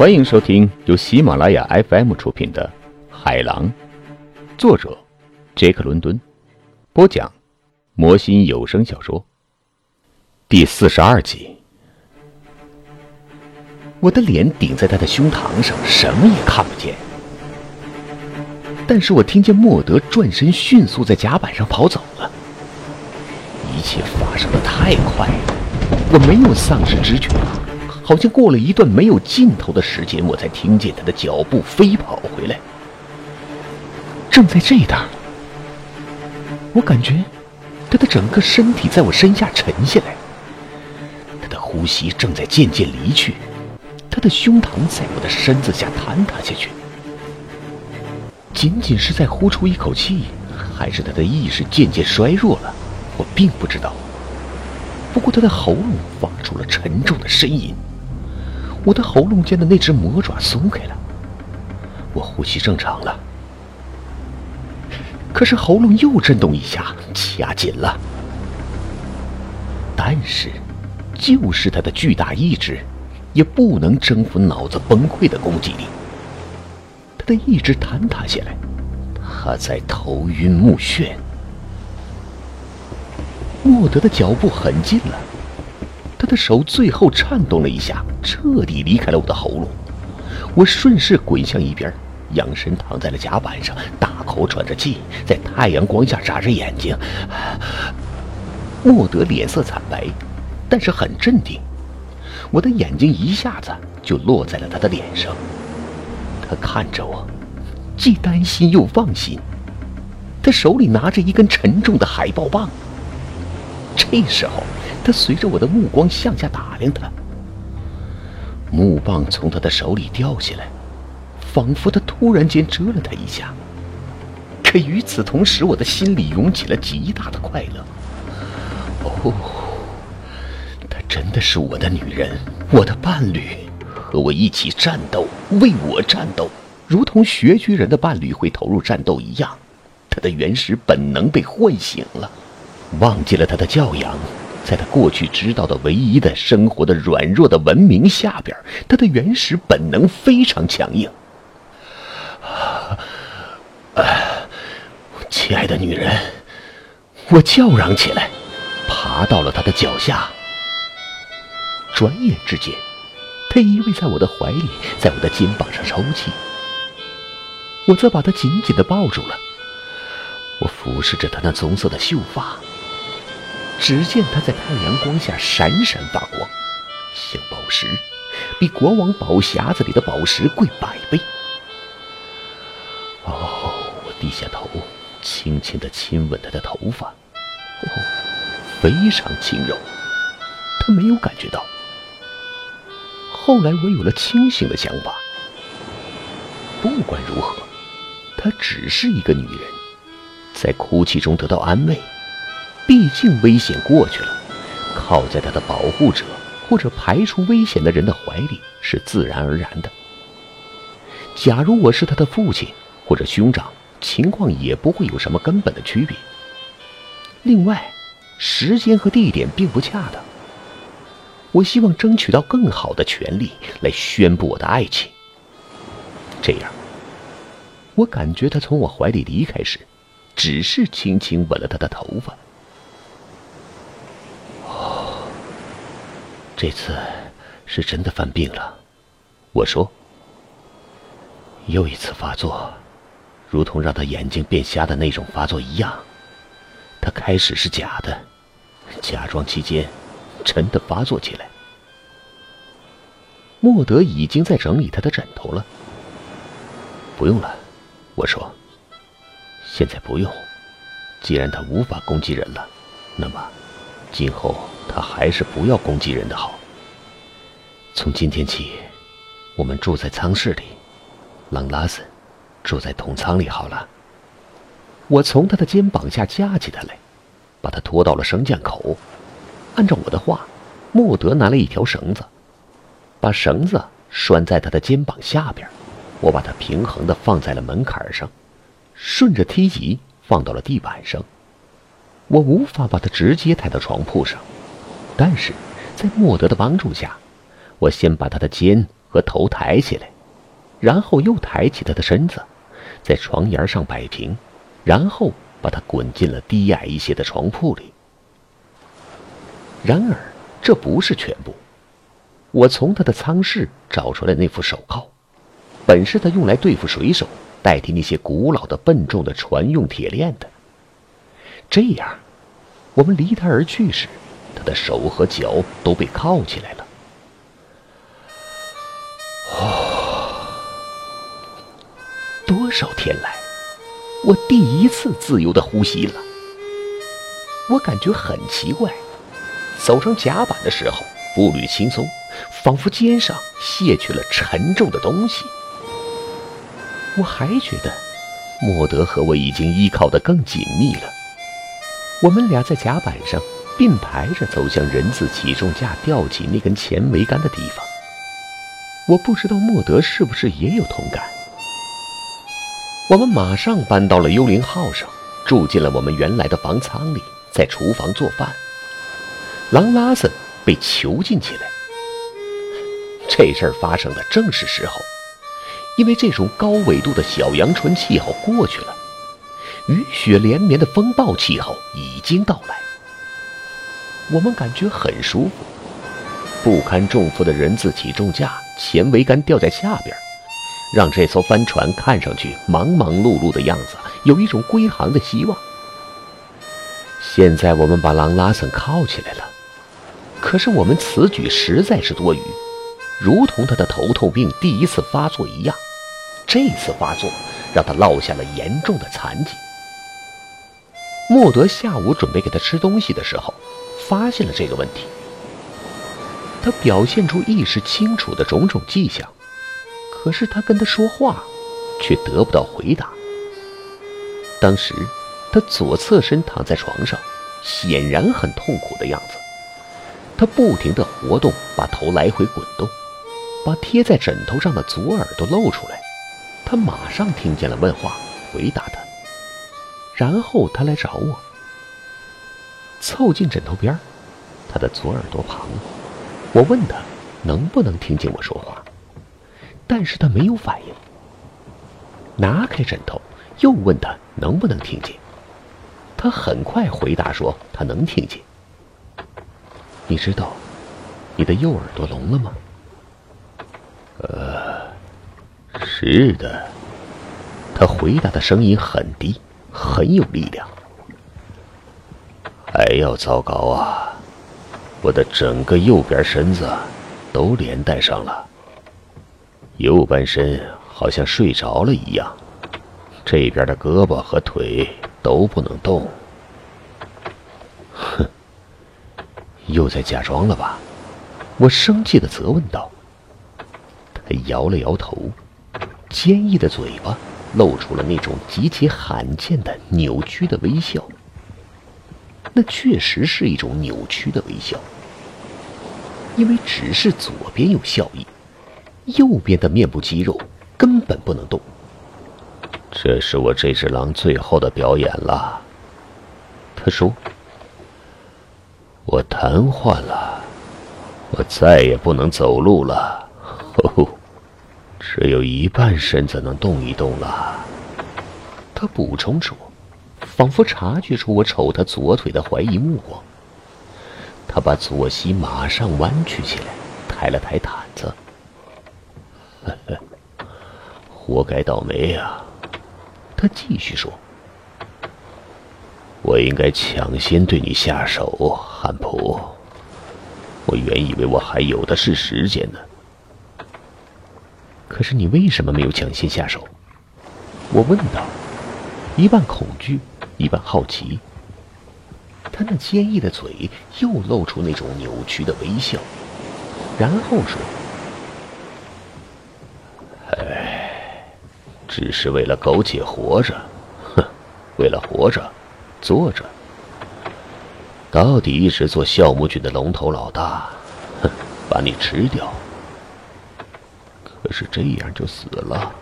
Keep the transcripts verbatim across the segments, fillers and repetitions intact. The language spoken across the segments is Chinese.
欢迎收听由喜马拉雅 F M 出品的《海狼》，作者杰克·伦敦，播讲魔心有声小说，第四十二集。我的脸顶在他的胸膛上，什么也看不见。但是我听见莫德转身迅速在甲板上跑走了。一切发生的太快了，我没有丧失知觉，好像过了一段没有尽头的时间，我才听见他的脚步飞跑回来。正在这当，我感觉他的整个身体在我身下沉下来，他的呼吸正在渐渐离去，他的胸膛在我的身子下坍塌下去。仅仅是在呼出一口气，还是他的意识渐渐衰弱了，我并不知道。不过他的喉咙发出了沉重的呻吟，我的喉咙间的那只魔爪松开了，我呼吸正常了。可是喉咙又震动一下，掐紧了。但是就是他的巨大意志也不能征服脑子崩溃的攻击力，他的意志坍塌下来，他在头晕目眩。莫德的脚步很近了，他的手最后颤动了一下，彻底离开了我的喉咙。我顺势滚向一边，仰身躺在了甲板上，大口喘着气，在太阳光下眨着眼睛。莫德脸色惨白，但是很镇定。我的眼睛一下子就落在了他的脸上，他看着我，既担心又放心。他手里拿着一根沉重的海豹棒。这时候他随着我的目光向下打量他，木棒从他的手里掉下来，仿佛他突然间蛰了他一下。可与此同时，我的心里涌起了极大的快乐。哦，她真的是我的女人，我的伴侣，和我一起战斗，为我战斗，如同穴居人的伴侣会投入战斗一样。他的原始本能被唤醒了，忘记了他的教养，在他过去知道的唯一的生活的软弱的文明下边，他的原始本能非常强硬。啊，亲爱的女人，我叫嚷起来，爬到了他的脚下。转眼之间，他依偎在我的怀里，在我的肩膀上抽泣。我则把他紧紧地抱住了，我俯视着他那棕色的秀发，只见他在太阳光下闪闪发光，像宝石，比国王宝匣子里的宝石贵百倍。哦，我低下头，轻轻地亲吻他的头发，哦，非常轻柔，他没有感觉到。后来我有了清醒的想法，不管如何，她只是一个女人，在哭泣中得到安慰。毕竟危险过去了，靠在他的保护者或者排除危险的人的怀里是自然而然的。假如我是他的父亲或者兄长，情况也不会有什么根本的区别。另外，时间和地点并不恰当，我希望争取到更好的权利来宣布我的爱情。这样，我感觉他从我怀里离开时，只是轻轻吻了他的头发。这次是真的犯病了，我说。又一次发作，如同让他眼睛变瞎的那种发作一样。他开始是假的，假装期间真的发作起来。莫德已经在整理他的枕头了。不用了，我说。现在不用，既然他无法攻击人了，那么今后他还是不要攻击人的好。从今天起，我们住在舱室里，朗拉森住在筒舱里好了。我从他的肩膀下架起他来，把他拖到了升降口。按照我的话，莫德拿了一条绳子，把绳子拴在他的肩膀下边，我把他平衡地放在了门槛上，顺着梯级放到了地板上。我无法把他直接抬到床铺上，但是在莫德的帮助下，我先把他的肩和头抬起来，然后又抬起他的身子，在床沿上摆平，然后把他滚进了低矮一些的床铺里。然而这不是全部，我从他的舱室找出来那副手铐，本是他用来对付水手，代替那些古老的笨重的船用铁链的。这样我们离他而去时，他的手和脚都被铐起来了。哦，多少天来，我第一次自由地呼吸了。我感觉很奇怪，走上甲板的时候步履轻松，仿佛肩上卸去了沉重的东西。我还觉得莫德和我已经依靠得更紧密了。我们俩在甲板上并排着走向人字起重架吊起那根前桅杆的地方。我不知道莫德是不是也有同感。我们马上搬到了幽灵号上，住进了我们原来的房舱里，在厨房做饭。狼拉森被囚禁起来。这事儿发生的正是时候，因为这种高纬度的小阳春气候过去了，雨雪连绵的风暴气候已经到来。我们感觉很舒服，不堪重负的人字起重架前桅杆吊在下边，让这艘帆船看上去忙忙碌碌的样子有一种归航的希望。现在我们把狼拉森铐起来了，可是我们此举实在是多余，如同他的头痛病第一次发作一样，这次发作让他落下了严重的残疾。莫德下午准备给他吃东西的时候，发现了这个问题。他表现出意识清楚的种种迹象，可是他跟他说话，却得不到回答。当时他左侧身躺在床上，显然很痛苦的样子。他不停地活动，把头来回滚动，把贴在枕头上的左耳朵露出来。他马上听见了问话，回答他。然后他来找我，凑近枕头边，他的左耳朵旁。我问他能不能听见我说话，但是他没有反应。拿开枕头，又问他能不能听见，他很快回答说他能听见。你知道你的右耳朵聋了吗？呃，是的。他回答的声音很低，很有力量。还要糟糕啊，我的整个右边身子都连带上了，右半身好像睡着了一样，这边的胳膊和腿都不能动。哼，又在假装了吧？我生气地责问道。他摇了摇头，坚毅的嘴巴露出了那种极其罕见的扭曲的微笑。那确实是一种扭曲的微笑，因为只是左边有笑意，右边的面部肌肉根本不能动。这是我这只狼最后的表演了，他说。我瘫痪了，我再也不能走路了，哦，只有一半身子能动一动了。他补充说，仿佛察觉出我瞅他左腿的怀疑目光。他把左膝马上弯曲起来，抬了抬毯子。呵呵，活该倒霉啊！他继续说，我应该抢先对你下手，汉普。我原以为我还有的是时间呢。可是你为什么没有抢先下手？我问道，一半恐惧，一半好奇。他那坚毅的嘴又露出那种扭曲的微笑，然后说：哎，只是为了苟且活着，哼，为了活着坐着，到底一直做酵母菌的龙头老大，哼，把你吃掉。可是这样就死了。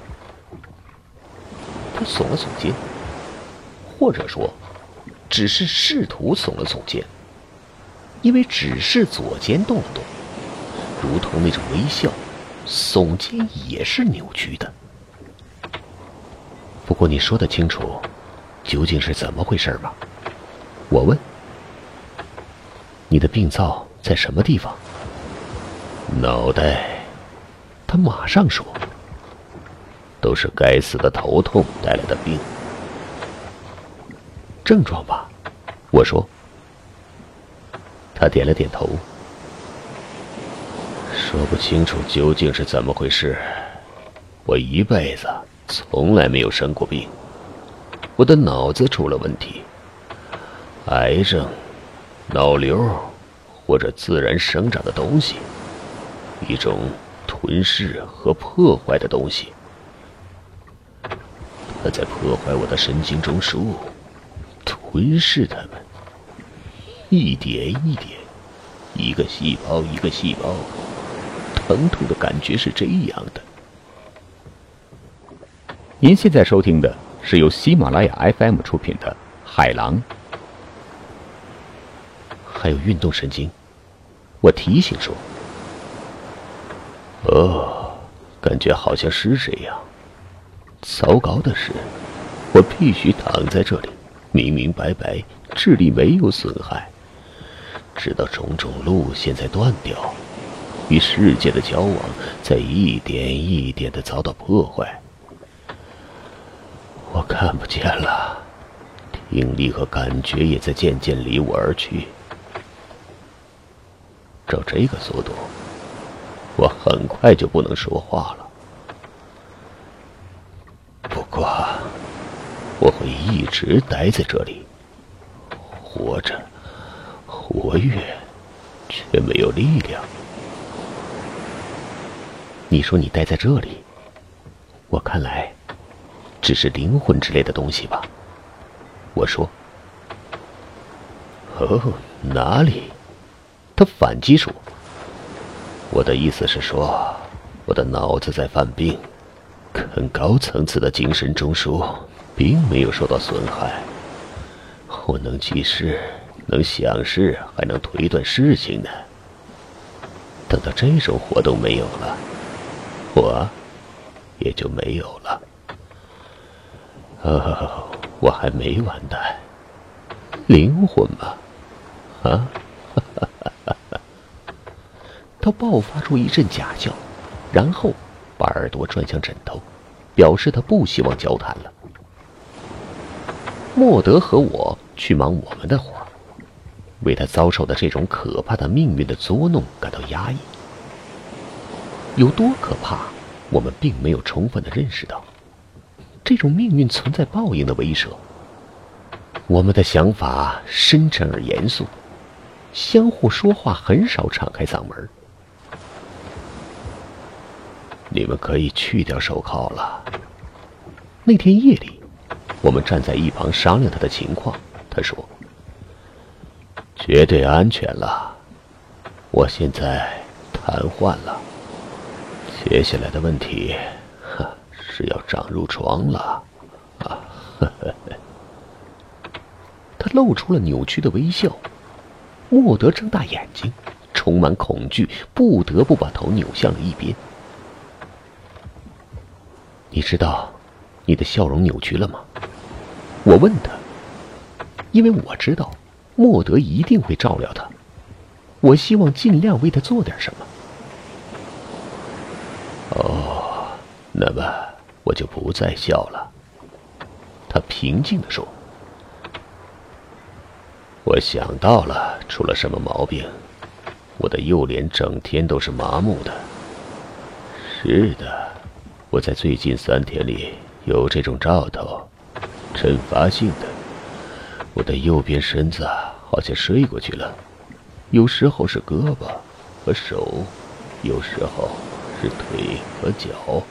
他耸了耸肩，或者说只是试图耸了耸肩，因为只是左肩动了动，如同那种微笑， 耸肩也是扭曲的。不过你说得清楚，究竟是怎么回事吗？我问。你的病灶在什么地方？脑袋。他马上说。都是该死的头痛带来的病。症状吧，我说。他点了点头。说不清楚究竟是怎么回事，我一辈子从来没有生过病。我的脑子出了问题，癌症、脑瘤或者自然生长的东西，一种吞噬和破坏的东西。它在破坏我的神经中枢，吞噬它们，一点一点，一个细胞一个细胞。疼痛的感觉是这样的。 您现在收听的是由喜马拉雅 F M 出品的《海狼》。 还有运动神经，我提醒说。哦，感觉好像是这样。糟糕的是，我必须躺在这里，明明白白，智力没有损害，直到种种路线在断掉，与世界的交往在一点一点地遭到破坏。我看不见了，听力和感觉也在渐渐离我而去。照这个速度，我很快就不能说话了。不过，我会一直待在这里，活着，活跃，却没有力量。你说你待在这里，我看来只是灵魂之类的东西吧？我说。哦，哪里？他反击说。我的意思是说，我的脑子在犯病，更高层次的精神中枢并没有受到损害。我能记事，能想事，还能推断事情呢。等到这种活动没有了，我也就没有了。哦，我还没完蛋。灵魂嘛，啊！他爆发出一阵假笑，然后把耳朵转向枕头，表示他不希望交谈了。莫德和我去忙我们的活，为他遭受的这种可怕的命运的捉弄感到压抑。有多可怕，我们并没有充分的认识到。这种命运存在报应的威慑。我们的想法深沉而严肃，相互说话很少敞开嗓门。你们可以去掉手铐了。那天夜里，我们站在一旁商量他的情况。他说：“绝对安全了，我现在瘫痪了。接下来的问题，是要长褥疮了。”啊，呵呵。他露出了扭曲的微笑。莫德睁大眼睛，充满恐惧，不得不把头扭向了一边。你知道你的笑容扭曲了吗？我问他，因为我知道莫德一定会照料他，我希望尽量为他做点什么。哦，那么我就不再笑了。他平静地说。我想到了出了什么毛病，我的右脸整天都是麻木的。是的，我在最近三天里有这种兆头，阵发性的。我的右边身子好像睡过去了，有时候是胳膊和手，有时候是腿和脚。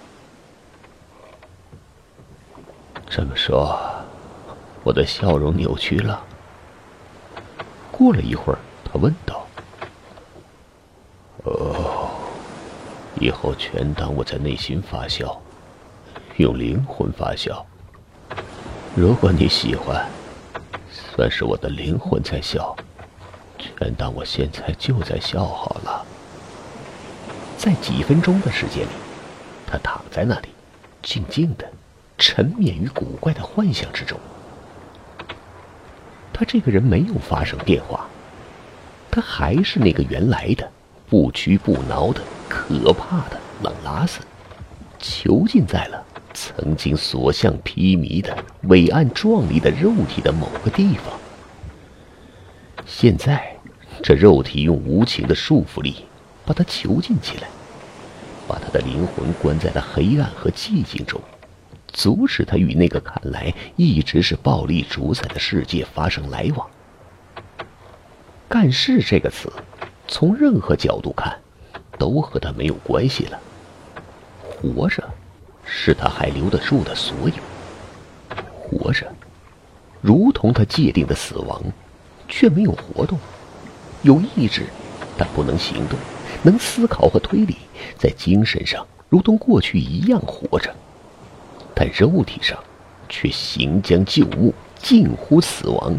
这么说，我的笑容扭曲了。过了一会儿，他问道：“哦，以后全当我在内心发笑，用灵魂发笑。如果你喜欢，算是我的灵魂在笑，全当我现在就在笑好了。” 在几分钟的时间里，他躺在那里，静静的沉湎于古怪的幻想之中。他这个人没有发生变化，他还是那个原来的不屈不挠的可怕的朗拉斯，囚禁在了曾经所向披靡的伟岸壮丽的肉体的某个地方。现在这肉体用无情的束缚力把他囚禁起来，把他的灵魂关在了黑暗和寂静中，阻止他与那个看来一直是暴力主宰的世界发生来往。干事这个词从任何角度看都和他没有关系了。活着是他还留得住的所有，活着如同他界定的死亡，却没有活动，有意志但不能行动，能思考和推理，在精神上如同过去一样活着，但肉体上却行将就木，近乎死亡。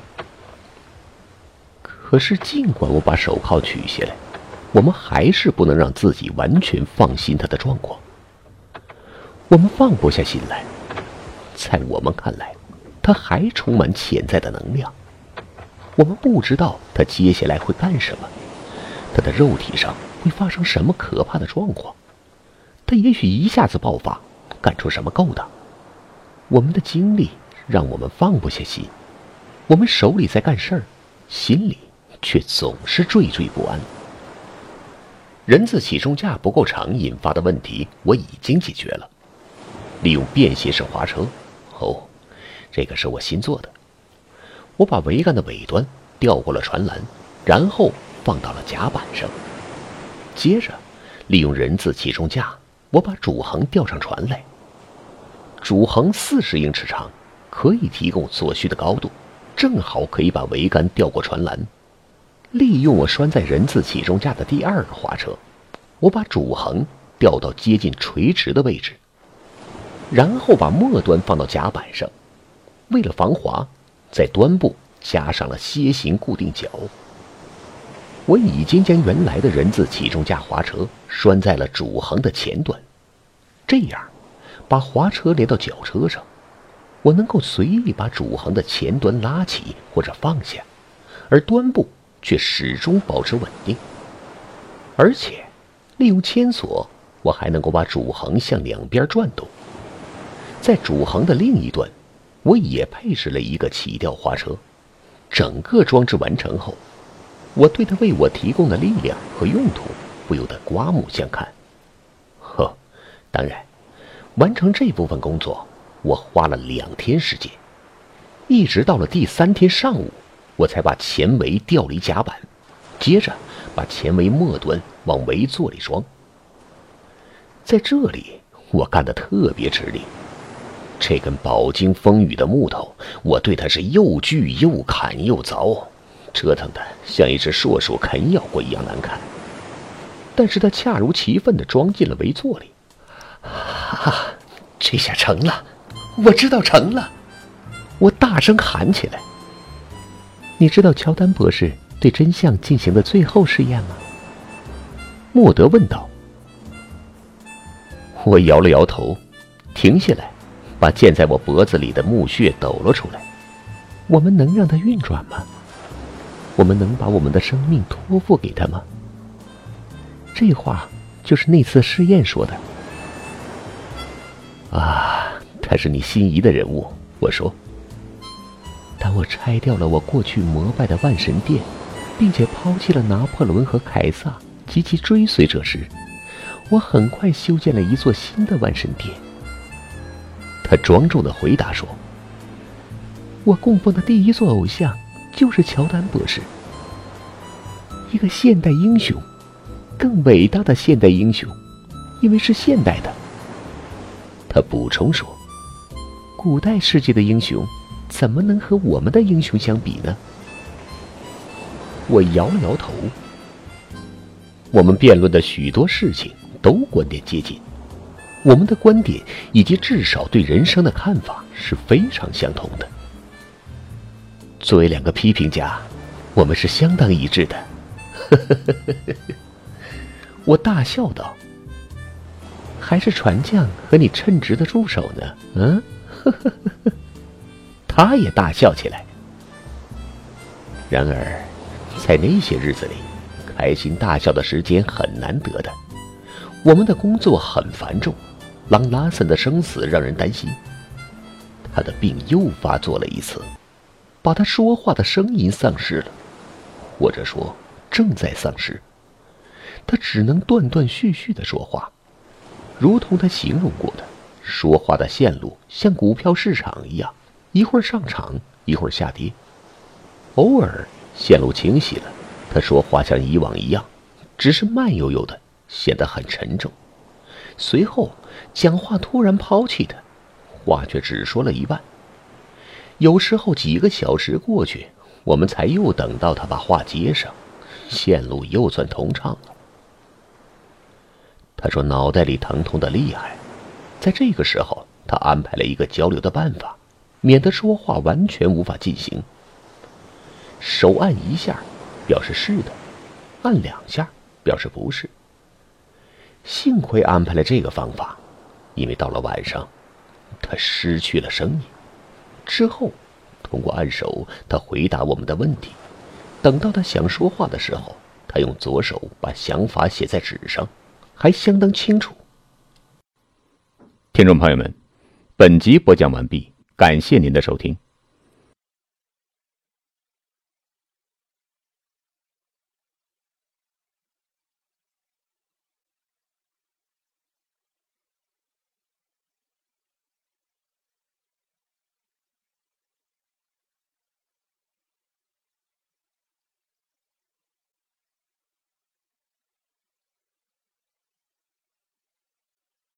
可是尽管我把手铐取下来，我们还是不能让自己完全放心他的状况。我们放不下心来，在我们看来，他还充满潜在的能量。我们不知道他接下来会干什么，他的肉体上会发生什么可怕的状况，他也许一下子爆发，干出什么勾当。我们的经历让我们放不下心，我们手里在干事儿，心里却总是惴惴不安。人字起重架不够长引发的问题我已经解决了，利用便携式滑车，哦，这个是我新做的。我把桅杆的尾端吊过了船栏，然后放到了甲板上。接着利用人字起重架，我把主横吊上船来。主横四十英尺长，可以提供所需的高度，正好可以把桅杆吊过船栏。利用我拴在人字起重架的第二个滑车，我把主横吊到接近垂直的位置，然后把末端放到甲板上。为了防滑，在端部加上了楔形固定角。我已经将原来的人字起重架滑车拴在了主横的前端，这样把滑车连到绞车上，我能够随意把主横的前端拉起或者放下，而端部却始终保持稳定。而且利用牵索，我还能够把主横向两边转动。在主横的另一端，我也配置了一个起吊滑车。整个装置完成后，我对它为我提供的力量和用途不由得刮目相看。呵，当然完成这部分工作我花了两天时间，一直到了第三天上午，我才把前桅调离甲板，接着把前桅末端往桅座里装。在这里我干得特别吃力，这根饱经风雨的木头，我对它是又锯又砍又凿，折腾得像一只硕鼠啃咬过一样难看。但是它恰如其分地装进了帷座里。啊，这下成了，我知道成了！我大声喊起来。你知道乔丹博士对真相进行的最后试验吗？莫德问道。我摇了摇头，停下来，把建在我脖子里的木屑抖了出来。我们能让它运转吗？我们能把我们的生命托付给他吗？这话就是那次试验说的。啊，他是你心仪的人物，我说。当我拆掉了我过去膜拜的万神殿，并且抛弃了拿破仑和凯撒及其追随者时，我很快修建了一座新的万神殿。他庄重地回答说，我供奉的第一座偶像就是乔丹博士，一个现代英雄，更伟大的现代英雄，因为是现代的。他补充说，古代世界的英雄怎么能和我们的英雄相比呢？我摇了摇头。我们辩论的许多事情都观点接近，我们的观点以及至少对人生的看法是非常相同的。作为两个批评家，我们是相当一致的。 我大笑道：“还是船匠和你称职的助手呢？”嗯，呵呵呵呵。他也大笑起来。然而，在那些日子里，开心大笑的时间很难得的。我们的工作很繁重，朗拉森的生死让人担心。他的病又发作了一次，把他说话的声音丧失了，或者说正在丧失。他只能断断续续地说话，如同他形容过的，说话的线路像股票市场一样，一会儿上涨，一会儿下跌。偶尔线路清晰了，他说话像以往一样，只是慢悠悠的，显得很沉重。随后讲话突然抛弃他，话却只说了一半。有时候几个小时过去，我们才又等到他把话接上，线路又算通畅了。他说脑袋里疼痛的厉害，在这个时候他安排了一个交流的办法，免得说话完全无法进行。手按一下表示是的，按两下表示不是。幸亏安排了这个方法，因为到了晚上他失去了声音。之后通过按手他回答我们的问题，等到他想说话的时候，他用左手把想法写在纸上，还相当清楚。 听众朋友们，本集播讲完毕，感谢您的收听。